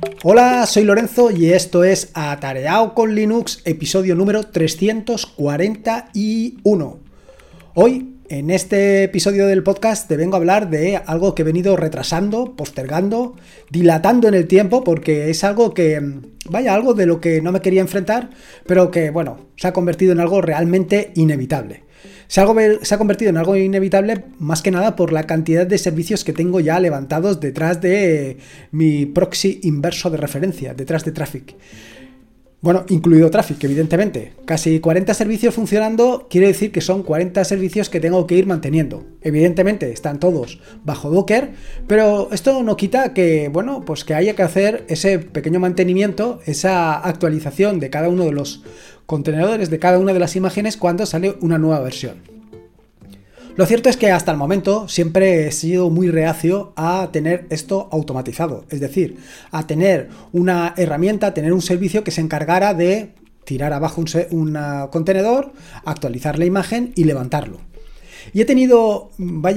Hola, soy Lorenzo y esto es Atareado con Linux, episodio número 341. Hoy, en este episodio del podcast, te vengo a hablar de algo que he venido retrasando, postergando, dilatando en el tiempo, porque es algo que, algo de lo que no me quería enfrentar, pero que, se ha convertido en algo realmente inevitable. Se ha convertido en algo inevitable más que nada por la cantidad de servicios que tengo ya levantados detrás de mi proxy inverso de referencia, detrás de Traefik. Bueno, incluido Traefik, evidentemente. Casi 40 servicios funcionando quiere decir que son 40 servicios que tengo que ir manteniendo. Evidentemente están todos bajo Docker, pero esto no quita que, que haya que hacer ese pequeño mantenimiento, esa actualización de cada uno de los contenedores, de cada una de las imágenes cuando sale una nueva versión. Lo cierto es que hasta el momento siempre he sido muy reacio a tener esto automatizado, es decir, a tener una herramienta, a tener un servicio que se encargara de tirar abajo un contenedor, actualizar la imagen y levantarlo. Y he tenido,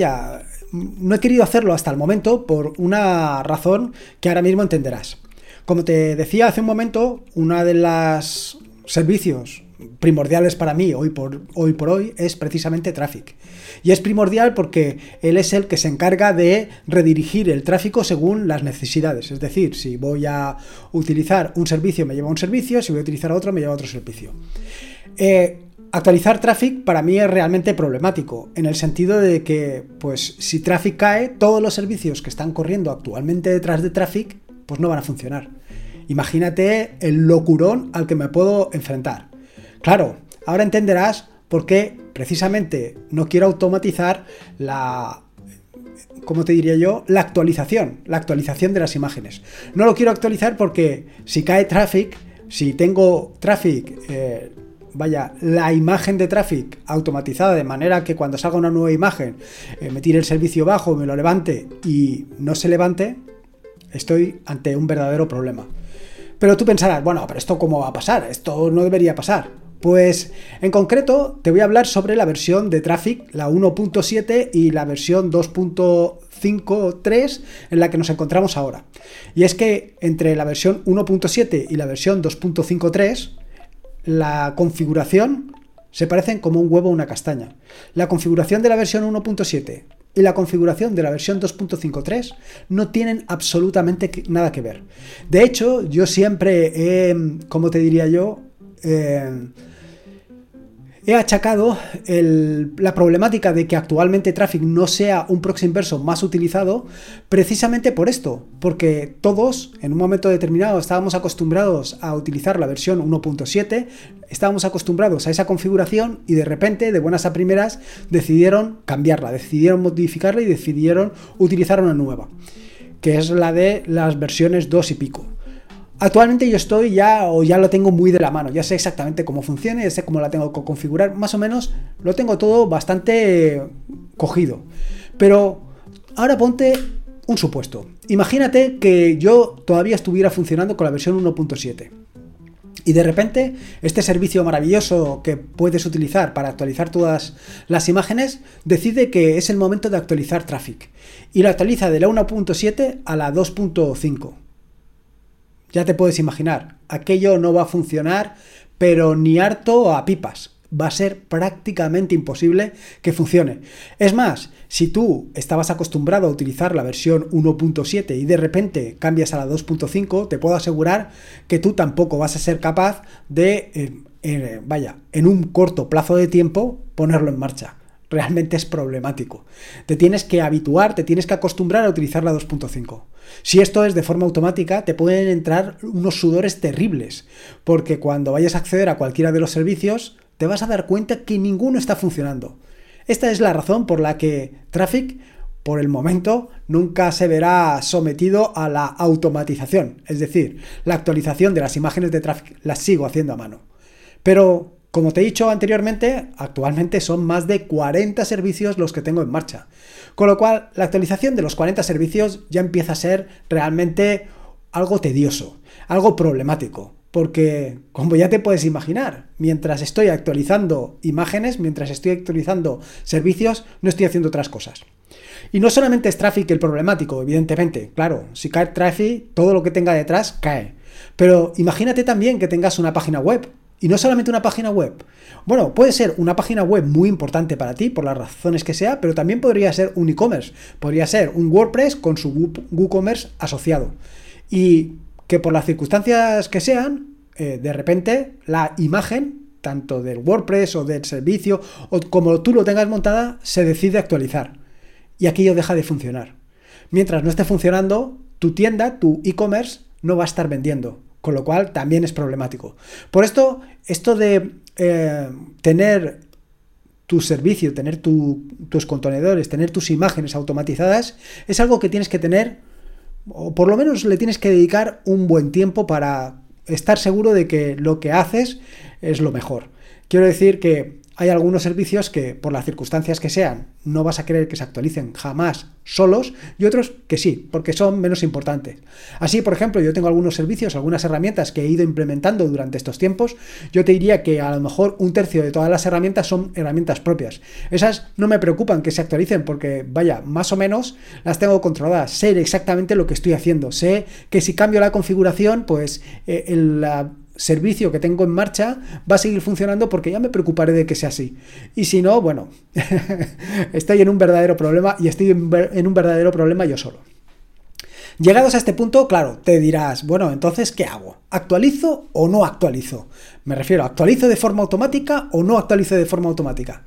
no he querido hacerlo hasta el momento por una razón que ahora mismo entenderás. Como te decía hace un momento, una de las servicios primordiales para mí hoy por hoy es precisamente Traefik. Y es primordial porque él es el que se encarga de redirigir el tráfico según las necesidades. Es decir, si voy a utilizar un servicio me lleva a un servicio, si voy a utilizar otro me lleva a otro servicio. Actualizar Traefik para mí es realmente problemático, en el sentido de que, si Traefik cae, todos los servicios que están corriendo actualmente detrás de Traefik, no van a funcionar. Imagínate el locurón al que me puedo enfrentar. Claro, ahora entenderás por qué precisamente no quiero automatizar la actualización de las imágenes. No lo quiero actualizar porque si cae Traefik, si tengo Traefik, la imagen de Traefik automatizada de manera que cuando salga una nueva imagen me tire el servicio bajo, me lo levante y no se levante, estoy ante un verdadero problema. Pero tú pensarás, pero ¿esto cómo va a pasar? Esto no debería pasar. Pues en concreto te voy a hablar sobre la versión de Traefik, la 1.7 y la versión 2.5.3 en la que nos encontramos ahora. Y es que entre la versión 1.7 y la versión 2.5.3 la configuración se parecen como un huevo a una castaña. La configuración de la versión 1.7 y la configuración de la versión 2.5.3 no tienen absolutamente nada que ver. De hecho, yo siempre he achacado la problemática de que actualmente Traefik no sea un proxy inverso más utilizado precisamente por esto, porque todos en un momento determinado estábamos acostumbrados a utilizar la versión 1.7, estábamos acostumbrados a esa configuración y de repente, de buenas a primeras, decidieron cambiarla, decidieron modificarla y decidieron utilizar una nueva, que es la de las versiones 2 y pico. Actualmente yo estoy ya lo tengo muy de la mano, ya sé exactamente cómo funciona, ya sé cómo la tengo que configurar, más o menos lo tengo todo bastante cogido. Pero ahora ponte un supuesto. Imagínate que yo todavía estuviera funcionando con la versión 1.7 y de repente este servicio maravilloso que puedes utilizar para actualizar todas las imágenes decide que es el momento de actualizar Traefik y lo actualiza de la 1.7 a la 2.5. Ya te puedes imaginar, aquello no va a funcionar, pero ni harto a pipas. Va a ser prácticamente imposible que funcione. Es más, si tú estabas acostumbrado a utilizar la versión 1.7 y de repente cambias a la 2.5, te puedo asegurar que tú tampoco vas a ser capaz de, en un corto plazo de tiempo, ponerlo en marcha. Realmente es problemático. Te tienes que habituar, te tienes que acostumbrar a utilizar la 2.5. Si esto es de forma automática, te pueden entrar unos sudores terribles, porque cuando vayas a acceder a cualquiera de los servicios, te vas a dar cuenta que ninguno está funcionando. Esta es la razón por la que Traefik, por el momento, nunca se verá sometido a la automatización. Es decir, la actualización de las imágenes de Traefik las sigo haciendo a mano. Pero como te he dicho anteriormente, actualmente son más de 40 servicios los que tengo en marcha. Con lo cual, la actualización de los 40 servicios ya empieza a ser realmente algo tedioso, algo problemático. porque, como ya te puedes imaginar, mientras estoy actualizando imágenes, mientras estoy actualizando servicios, no estoy haciendo otras cosas. Y no solamente es Traffic el problemático, evidentemente. Claro, si cae Traffic, todo lo que tenga detrás cae. Pero imagínate también que tengas una página web. Y no solamente una página web. Bueno, puede ser una página web muy importante para ti, por las razones que sea, pero también podría ser un e-commerce. Podría ser un WordPress con su WooCommerce asociado. Y que por las circunstancias que sean, de repente la imagen, tanto del WordPress o del servicio, o como tú lo tengas montada, se decide actualizar. Y aquello deja de funcionar. Mientras no esté funcionando, tu tienda, tu e-commerce, no va a estar vendiendo. Con lo cual también es problemático. Por esto de tener tu servicio, tener tus contenedores, tener tus imágenes automatizadas, es algo que tienes que tener, o por lo menos le tienes que dedicar un buen tiempo para estar seguro de que lo que haces es lo mejor. Quiero decir que hay algunos servicios que, por las circunstancias que sean, no vas a querer que se actualicen jamás solos, y otros que sí, porque son menos importantes. Así, por ejemplo, yo tengo algunos servicios, algunas herramientas que he ido implementando durante estos tiempos. Yo te diría que a lo mejor 1/3 de todas las herramientas son herramientas propias. Esas no me preocupan que se actualicen porque, vaya, más o menos las tengo controladas. Sé exactamente lo que estoy haciendo. Sé que si cambio la configuración, pues la servicio que tengo en marcha va a seguir funcionando porque ya me preocuparé de que sea así. Y si no, bueno, estoy en un verdadero problema y estoy en un verdadero problema yo solo. Llegados a este punto, claro, te dirás, bueno, entonces, ¿qué hago? ¿Actualizo o no actualizo? Me refiero, ¿actualizo de forma automática o no actualizo de forma automática?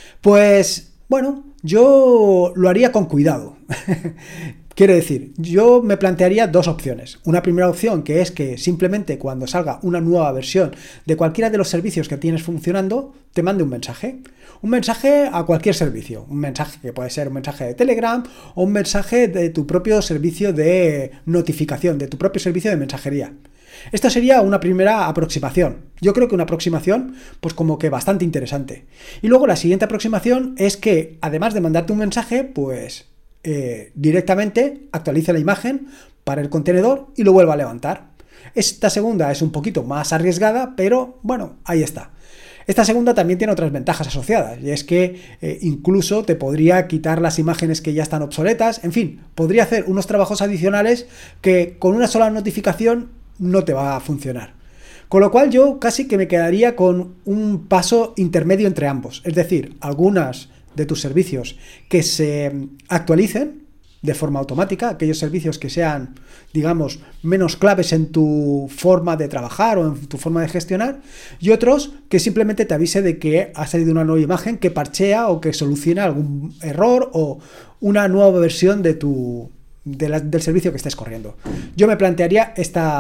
Pues, bueno, yo lo haría con cuidado. Quiero decir, yo me plantearía dos opciones. Una primera opción, que es que simplemente cuando salga una nueva versión de cualquiera de los servicios que tienes funcionando, te mande un mensaje. Un mensaje a cualquier servicio. Un mensaje que puede ser un mensaje de Telegram o un mensaje de tu propio servicio de notificación, de tu propio servicio de mensajería. Esto sería una primera aproximación. Yo creo que una aproximación, pues como que bastante interesante. Y luego la siguiente aproximación es que, además de mandarte un mensaje, pues directamente actualice la imagen para el contenedor y lo vuelva a levantar. Esta segunda es un poquito más arriesgada, pero bueno, ahí está. Esta segunda también tiene otras ventajas asociadas, y es que incluso te podría quitar las imágenes que ya están obsoletas. En fin, podría hacer unos trabajos adicionales que con una sola notificación no te va a funcionar. Con lo cual yo casi que me quedaría con un paso intermedio entre ambos. Es decir, algunas de tus servicios que se actualicen de forma automática, aquellos servicios que sean, digamos, menos claves en tu forma de trabajar o en tu forma de gestionar, y otros que simplemente te avise de que ha salido una nueva imagen que parchea o que soluciona algún error o una nueva versión del servicio que estés corriendo. Yo me plantearía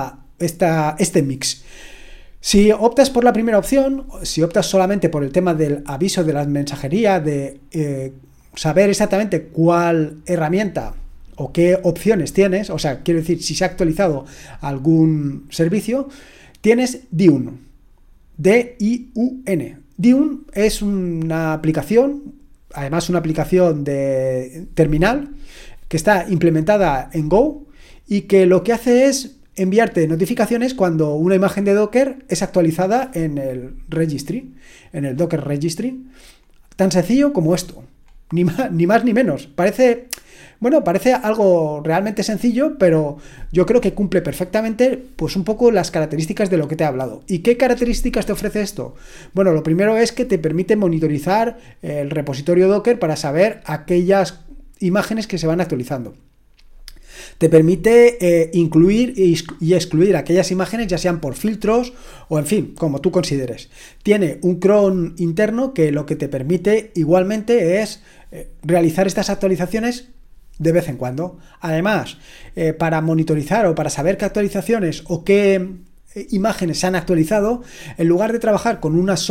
este mix. Si optas por la primera opción, si optas solamente por el tema del aviso de la mensajería, de saber exactamente cuál herramienta o qué opciones tienes, o sea, quiero decir, si se ha actualizado algún servicio, tienes Diun, D-I-U-N. Diun es una aplicación, además una aplicación de terminal, que está implementada en Go y que lo que hace es enviarte notificaciones cuando una imagen de Docker es actualizada en el registry, en el Docker registry. Tan sencillo como esto, ni más ni menos. Parece algo realmente sencillo, pero yo creo que cumple perfectamente pues un poco las características de lo que te he hablado. ¿Y qué características te ofrece esto? Bueno, lo primero es que te permite monitorizar el repositorio Docker para saber aquellas imágenes que se van actualizando. Te permite incluir y excluir aquellas imágenes, ya sean por filtros o, en fin, como tú consideres. Tiene un cron interno que lo que te permite igualmente es realizar estas actualizaciones de vez en cuando. Además, para monitorizar o para saber qué actualizaciones o qué imágenes se han actualizado, en lugar de trabajar con un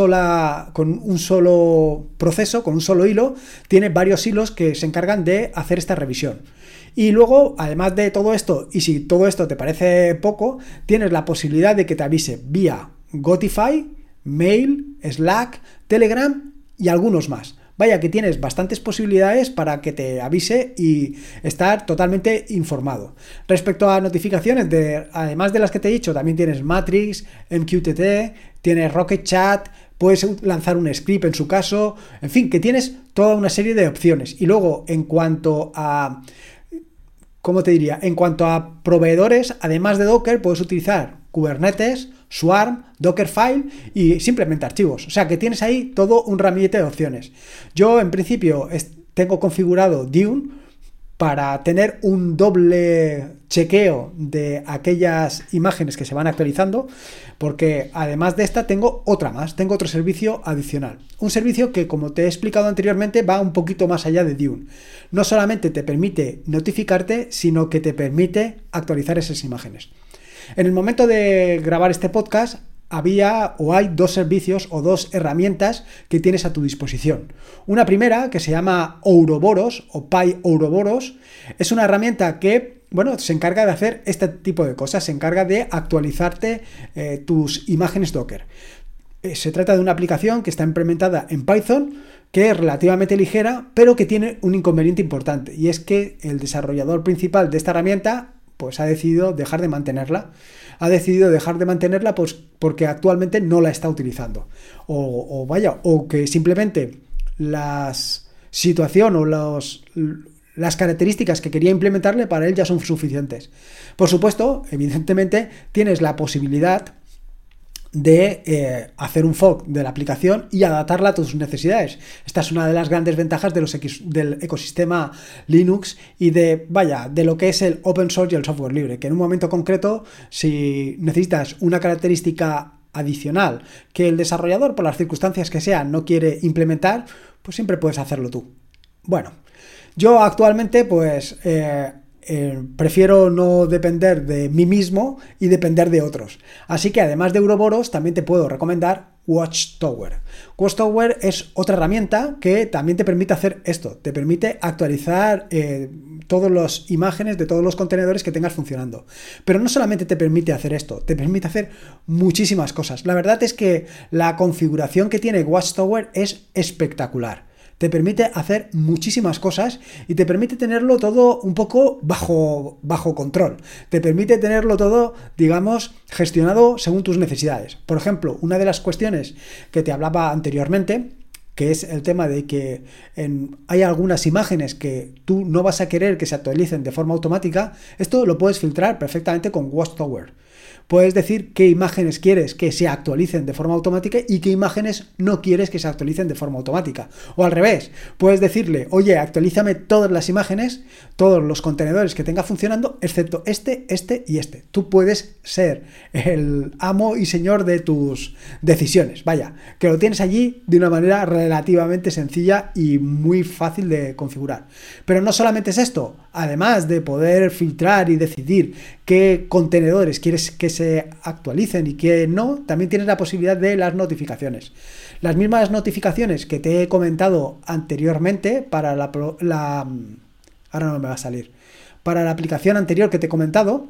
solo proceso, con un solo hilo, tiene varios hilos que se encargan de hacer esta revisión. Y luego, además de todo esto, y si todo esto te parece poco, tienes la posibilidad de que te avise vía Gotify, Mail, Slack, Telegram y algunos más. Vaya, que tienes bastantes posibilidades para que te avise y estar totalmente informado. Respecto a notificaciones, además de las que te he dicho, también tienes Matrix, MQTT, tienes Rocket Chat, puedes lanzar un script en su caso, en fin, que tienes toda una serie de opciones. Y luego, en cuanto a... ¿Cómo te diría? En cuanto a proveedores, además de Docker, puedes utilizar Kubernetes, Swarm, Dockerfile y simplemente archivos. O sea que tienes ahí todo un ramillete de opciones. Yo, en principio, tengo configurado Dune para tener un doble chequeo de aquellas imágenes que se van actualizando, porque además de esta tengo otra más, tengo otro servicio adicional. Un servicio que, como te he explicado anteriormente, va un poquito más allá de Dune. No solamente te permite notificarte, sino que te permite actualizar esas imágenes. En el momento de grabar este podcast, había o hay dos servicios o dos herramientas que tienes a tu disposición. Una primera, que se llama Ouroboros o PyOuroboros, es una herramienta que, bueno, se encarga de hacer este tipo de cosas, se encarga de actualizarte tus imágenes Docker. Se trata de una aplicación que está implementada en Python, que es relativamente ligera, pero que tiene un inconveniente importante, y es que el desarrollador principal de esta herramienta pues ha decidido dejar de mantenerla. Ha decidido dejar de mantenerla pues porque actualmente no la está utilizando. O que simplemente las situación o las características que quería implementarle para él ya son suficientes. Por supuesto, evidentemente, tienes la posibilidad de hacer un fork de la aplicación y adaptarla a tus necesidades. Esta es una de las grandes ventajas del ecosistema Linux y de lo que es el open source y el software libre, que en un momento concreto, si necesitas una característica adicional que el desarrollador, por las circunstancias que sean, no quiere implementar, pues siempre puedes hacerlo tú. Bueno, yo actualmente prefiero no depender de mí mismo y depender de otros. Así que además de Ouroboros, también te puedo recomendar Watchtower. Watchtower es otra herramienta que también te permite hacer esto. Te permite actualizar todas las imágenes de todos los contenedores que tengas funcionando. Pero no solamente te permite hacer esto, te permite hacer muchísimas cosas. La verdad es que la configuración que tiene Watchtower es espectacular. Te permite hacer muchísimas cosas y te permite tenerlo todo un poco bajo control. Te permite tenerlo todo, digamos, gestionado según tus necesidades. Por ejemplo, una de las cuestiones que te hablaba anteriormente, que es el tema de que hay algunas imágenes que tú no vas a querer que se actualicen de forma automática, esto lo puedes filtrar perfectamente con Watchtower. Puedes decir qué imágenes quieres que se actualicen de forma automática y qué imágenes no quieres que se actualicen de forma automática. O al revés, puedes decirle, oye, actualízame todas las imágenes, todos los contenedores que tenga funcionando, excepto este y este. Tú puedes ser el amo y señor de tus decisiones. Vaya, que lo tienes allí de una manera relativamente sencilla y muy fácil de configurar. Pero no solamente es esto, además de poder filtrar y decidir qué contenedores quieres que se actualicen y qué no, también tienes la posibilidad de las notificaciones. Las mismas notificaciones que te he comentado anteriormente para ahora no me va a salir. Para la aplicación anterior que te he comentado,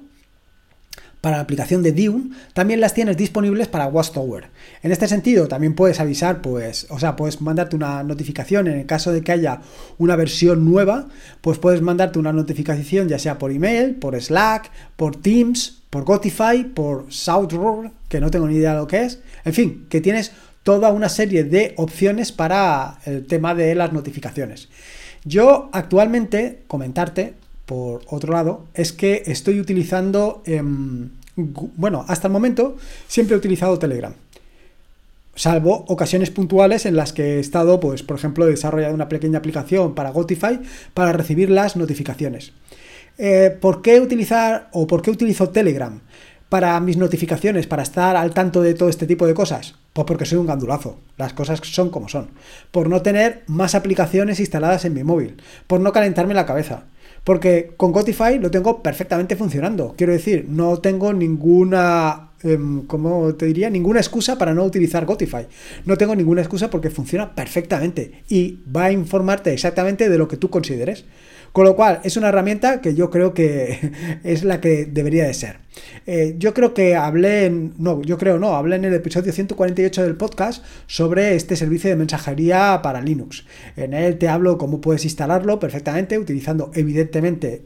para la aplicación de Dune, también las tienes disponibles para Watchtower. En este sentido, también puedes avisar, puedes mandarte una notificación en el caso de que haya una versión nueva, pues puedes mandarte una notificación ya sea por email, por Slack, por Teams, por Gotify, por Southroar, que no tengo ni idea de lo que es. En fin, que tienes toda una serie de opciones para el tema de las notificaciones. Yo actualmente, comentarte, por otro lado, es que estoy utilizando, hasta el momento siempre he utilizado Telegram, salvo ocasiones puntuales en las que he estado, pues, por ejemplo, he desarrollado una pequeña aplicación para Gotify para recibir las notificaciones. ¿Por qué utilizo Telegram para mis notificaciones, para estar al tanto de todo este tipo de cosas? Pues porque soy un gandulazo, las cosas son como son, por no tener más aplicaciones instaladas en mi móvil, por no calentarme la cabeza. Porque con Gotify lo tengo perfectamente funcionando. Quiero decir, no tengo ninguna, ninguna excusa para no utilizar Gotify. No tengo ninguna excusa porque funciona perfectamente y va a informarte exactamente de lo que tú consideres. Con lo cual, es una herramienta que yo creo que es la que debería de ser. Yo creo que hablé en el episodio 148 del podcast sobre este servicio de mensajería para Linux. En él te hablo cómo puedes instalarlo perfectamente, utilizando evidentemente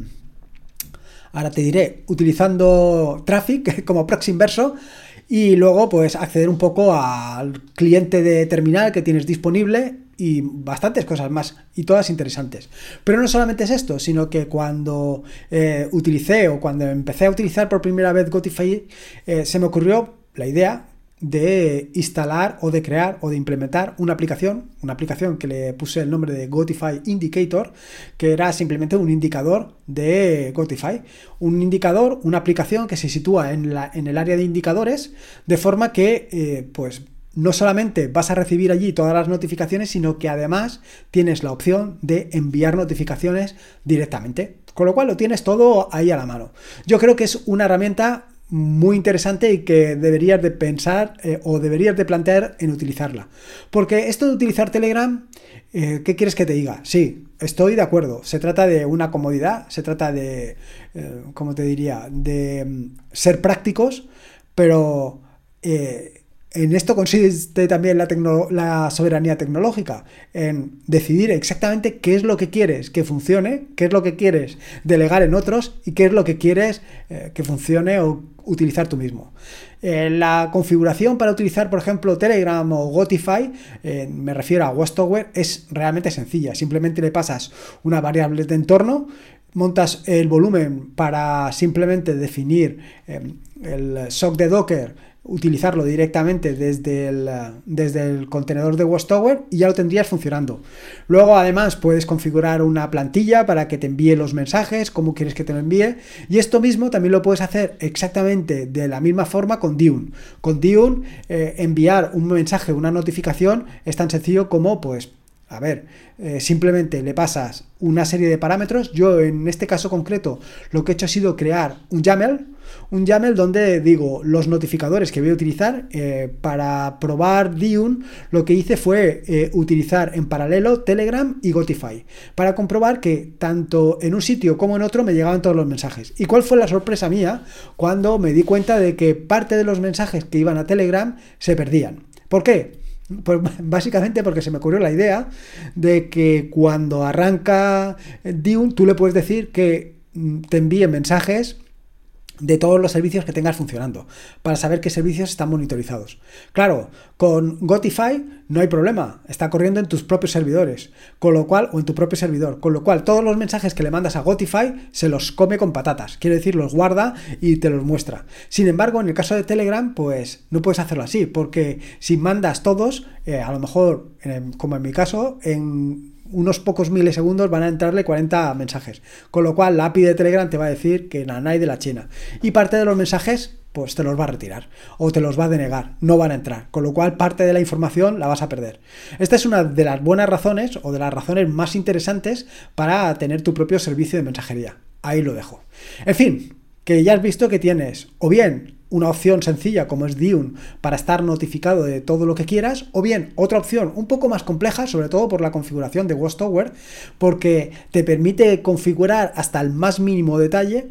ahora te diré, utilizando Traffic como proxy inverso, y luego pues acceder un poco al cliente de terminal que tienes disponible y bastantes cosas más, y todas interesantes. Pero no solamente es esto, sino que cuando cuando empecé a utilizar por primera vez Gotify, se me ocurrió la idea de instalar o de crear o de implementar una aplicación que le puse el nombre de Gotify Indicator, que era simplemente un indicador de Gotify, una aplicación que se sitúa en el área de indicadores, de forma que pues no solamente vas a recibir allí todas las notificaciones, sino que además tienes la opción de enviar notificaciones directamente, con lo cual lo tienes todo ahí a la mano. Yo creo que es una herramienta muy interesante y que deberías de pensar o deberías de plantear en utilizarla. Porque esto de utilizar Telegram, ¿qué quieres que te diga? Sí, estoy de acuerdo. Se trata de una comodidad, se trata de, ¿cómo te diría?, de ser prácticos, pero en esto consiste también la soberanía tecnológica, en decidir exactamente qué es lo que quieres que funcione, qué es lo que quieres delegar en otros y qué es lo que quieres que funcione o utilizar tú mismo. La configuración para utilizar, por ejemplo, Telegram o Gotify, me refiero a Watchtower, es realmente sencilla. Simplemente le pasas una variable de entorno, montas el volumen para simplemente definir el sock de Docker, utilizarlo directamente desde el contenedor de Watchtower y ya lo tendrías funcionando. Luego además puedes configurar una plantilla para que te envíe los mensajes, cómo quieres que te lo envíe, y esto mismo también lo puedes hacer exactamente de la misma forma con Dune. Con Dune enviar un mensaje, una notificación es tan sencillo como simplemente le pasas una serie de parámetros. Yo en este caso concreto lo que he hecho ha sido crear un YAML donde digo los notificadores que voy a utilizar. Para probar Dune lo que hice fue utilizar en paralelo Telegram y Gotify para comprobar que tanto en un sitio como en otro me llegaban todos los mensajes. ¿Y cuál fue la sorpresa mía cuando me di cuenta de que parte de los mensajes que iban a Telegram se perdían? ¿Por qué? Pues básicamente porque se me ocurrió la idea de que cuando arranca Dune tú le puedes decir que te envíe mensajes de todos los servicios que tengas funcionando, para saber qué servicios están monitorizados. Claro, con Gotify no hay problema, está corriendo en tus propios servidores, o en tu propio servidor, con lo cual todos los mensajes que le mandas a Gotify se los come con patatas, quiere decir, los guarda y te los muestra. Sin embargo, en el caso de Telegram, pues no puedes hacerlo así, porque si mandas todos, a lo mejor, como en mi caso, en unos pocos milisegundos van a entrarle 40 mensajes, con lo cual la API de Telegram te va a decir que nanay de la China, y parte de los mensajes pues te los va a retirar o te los va a denegar, no van a entrar, con lo cual parte de la información la vas a perder. Esta es una de las buenas razones o de las razones más interesantes para tener tu propio servicio de mensajería. Ahí lo dejo. En fin, que ya has visto que tienes o bien una opción sencilla como es Dune para estar notificado de todo lo que quieras, o bien otra opción un poco más compleja, sobre todo por la configuración de Watchtower, porque te permite configurar hasta el más mínimo detalle,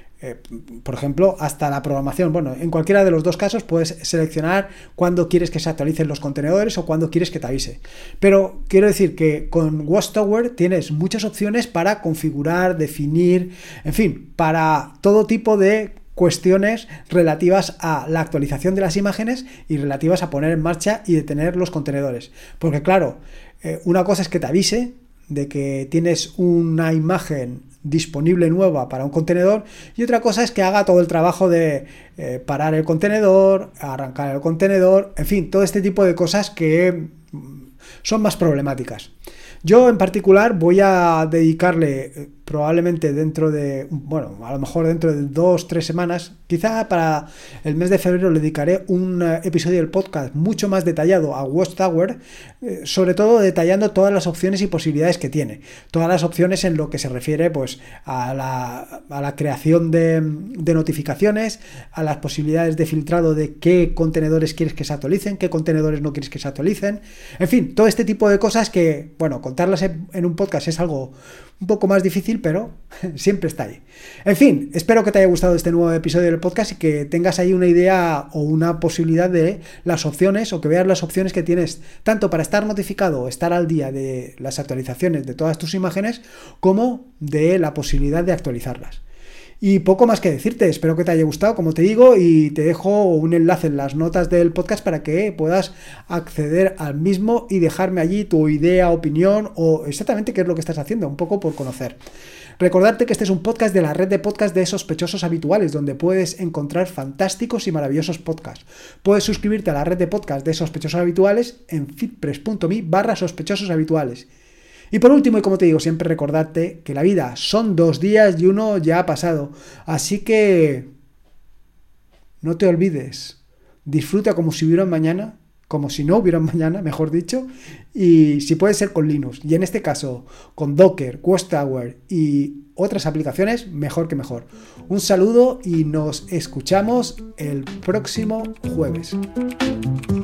por ejemplo, hasta la programación. Bueno, en cualquiera de los dos casos puedes seleccionar cuándo quieres que se actualicen los contenedores o cuándo quieres que te avise. Pero quiero decir que con Watchtower tienes muchas opciones para configurar, definir, en fin, para todo tipo de cuestiones relativas a la actualización de las imágenes y relativas a poner en marcha y detener los contenedores. Porque claro, una cosa es que te avise de que tienes una imagen disponible nueva para un contenedor, y otra cosa es que haga todo el trabajo de parar el contenedor, arrancar el contenedor, en fin, todo este tipo de cosas que son más problemáticas. Yo en particular voy a dedicarle probablemente a lo mejor dentro de 2-3 semanas, quizá para el mes de febrero le dedicaré un episodio del podcast mucho más detallado a Watchtower, sobre todo detallando todas las opciones y posibilidades que tiene, todas las opciones en lo que se refiere pues a la creación de notificaciones, a las posibilidades de filtrado de qué contenedores quieres que se actualicen, qué contenedores no quieres que se actualicen, en fin, todo este tipo de cosas que, bueno, contarlas en un podcast es algo un poco más difícil, pero siempre está ahí. En fin, espero que te haya gustado este nuevo episodio del podcast y que tengas ahí una idea o una posibilidad de las opciones, o que veas las opciones que tienes tanto para estar notificado o estar al día de las actualizaciones de todas tus imágenes, como de la posibilidad de actualizarlas. Y poco más que decirte, espero que te haya gustado, como te digo, y te dejo un enlace en las notas del podcast para que puedas acceder al mismo y dejarme allí tu idea, opinión o exactamente qué es lo que estás haciendo, un poco por conocer. Recordarte que este es un podcast de la red de podcast de Sospechosos Habituales, donde puedes encontrar fantásticos y maravillosos podcasts. Puedes suscribirte a la red de podcast de Sospechosos Habituales en feedpress.me/sospechosos habituales. Y por último, y como te digo, siempre recordarte que la vida son 2 días y uno ya ha pasado. Así que no te olvides. Disfruta como si hubiera un mañana, como si no hubiera un mañana, mejor dicho, y si puede ser con Linux. Y en este caso, con Docker, Watchtower y otras aplicaciones, mejor que mejor. Un saludo y nos escuchamos el próximo jueves.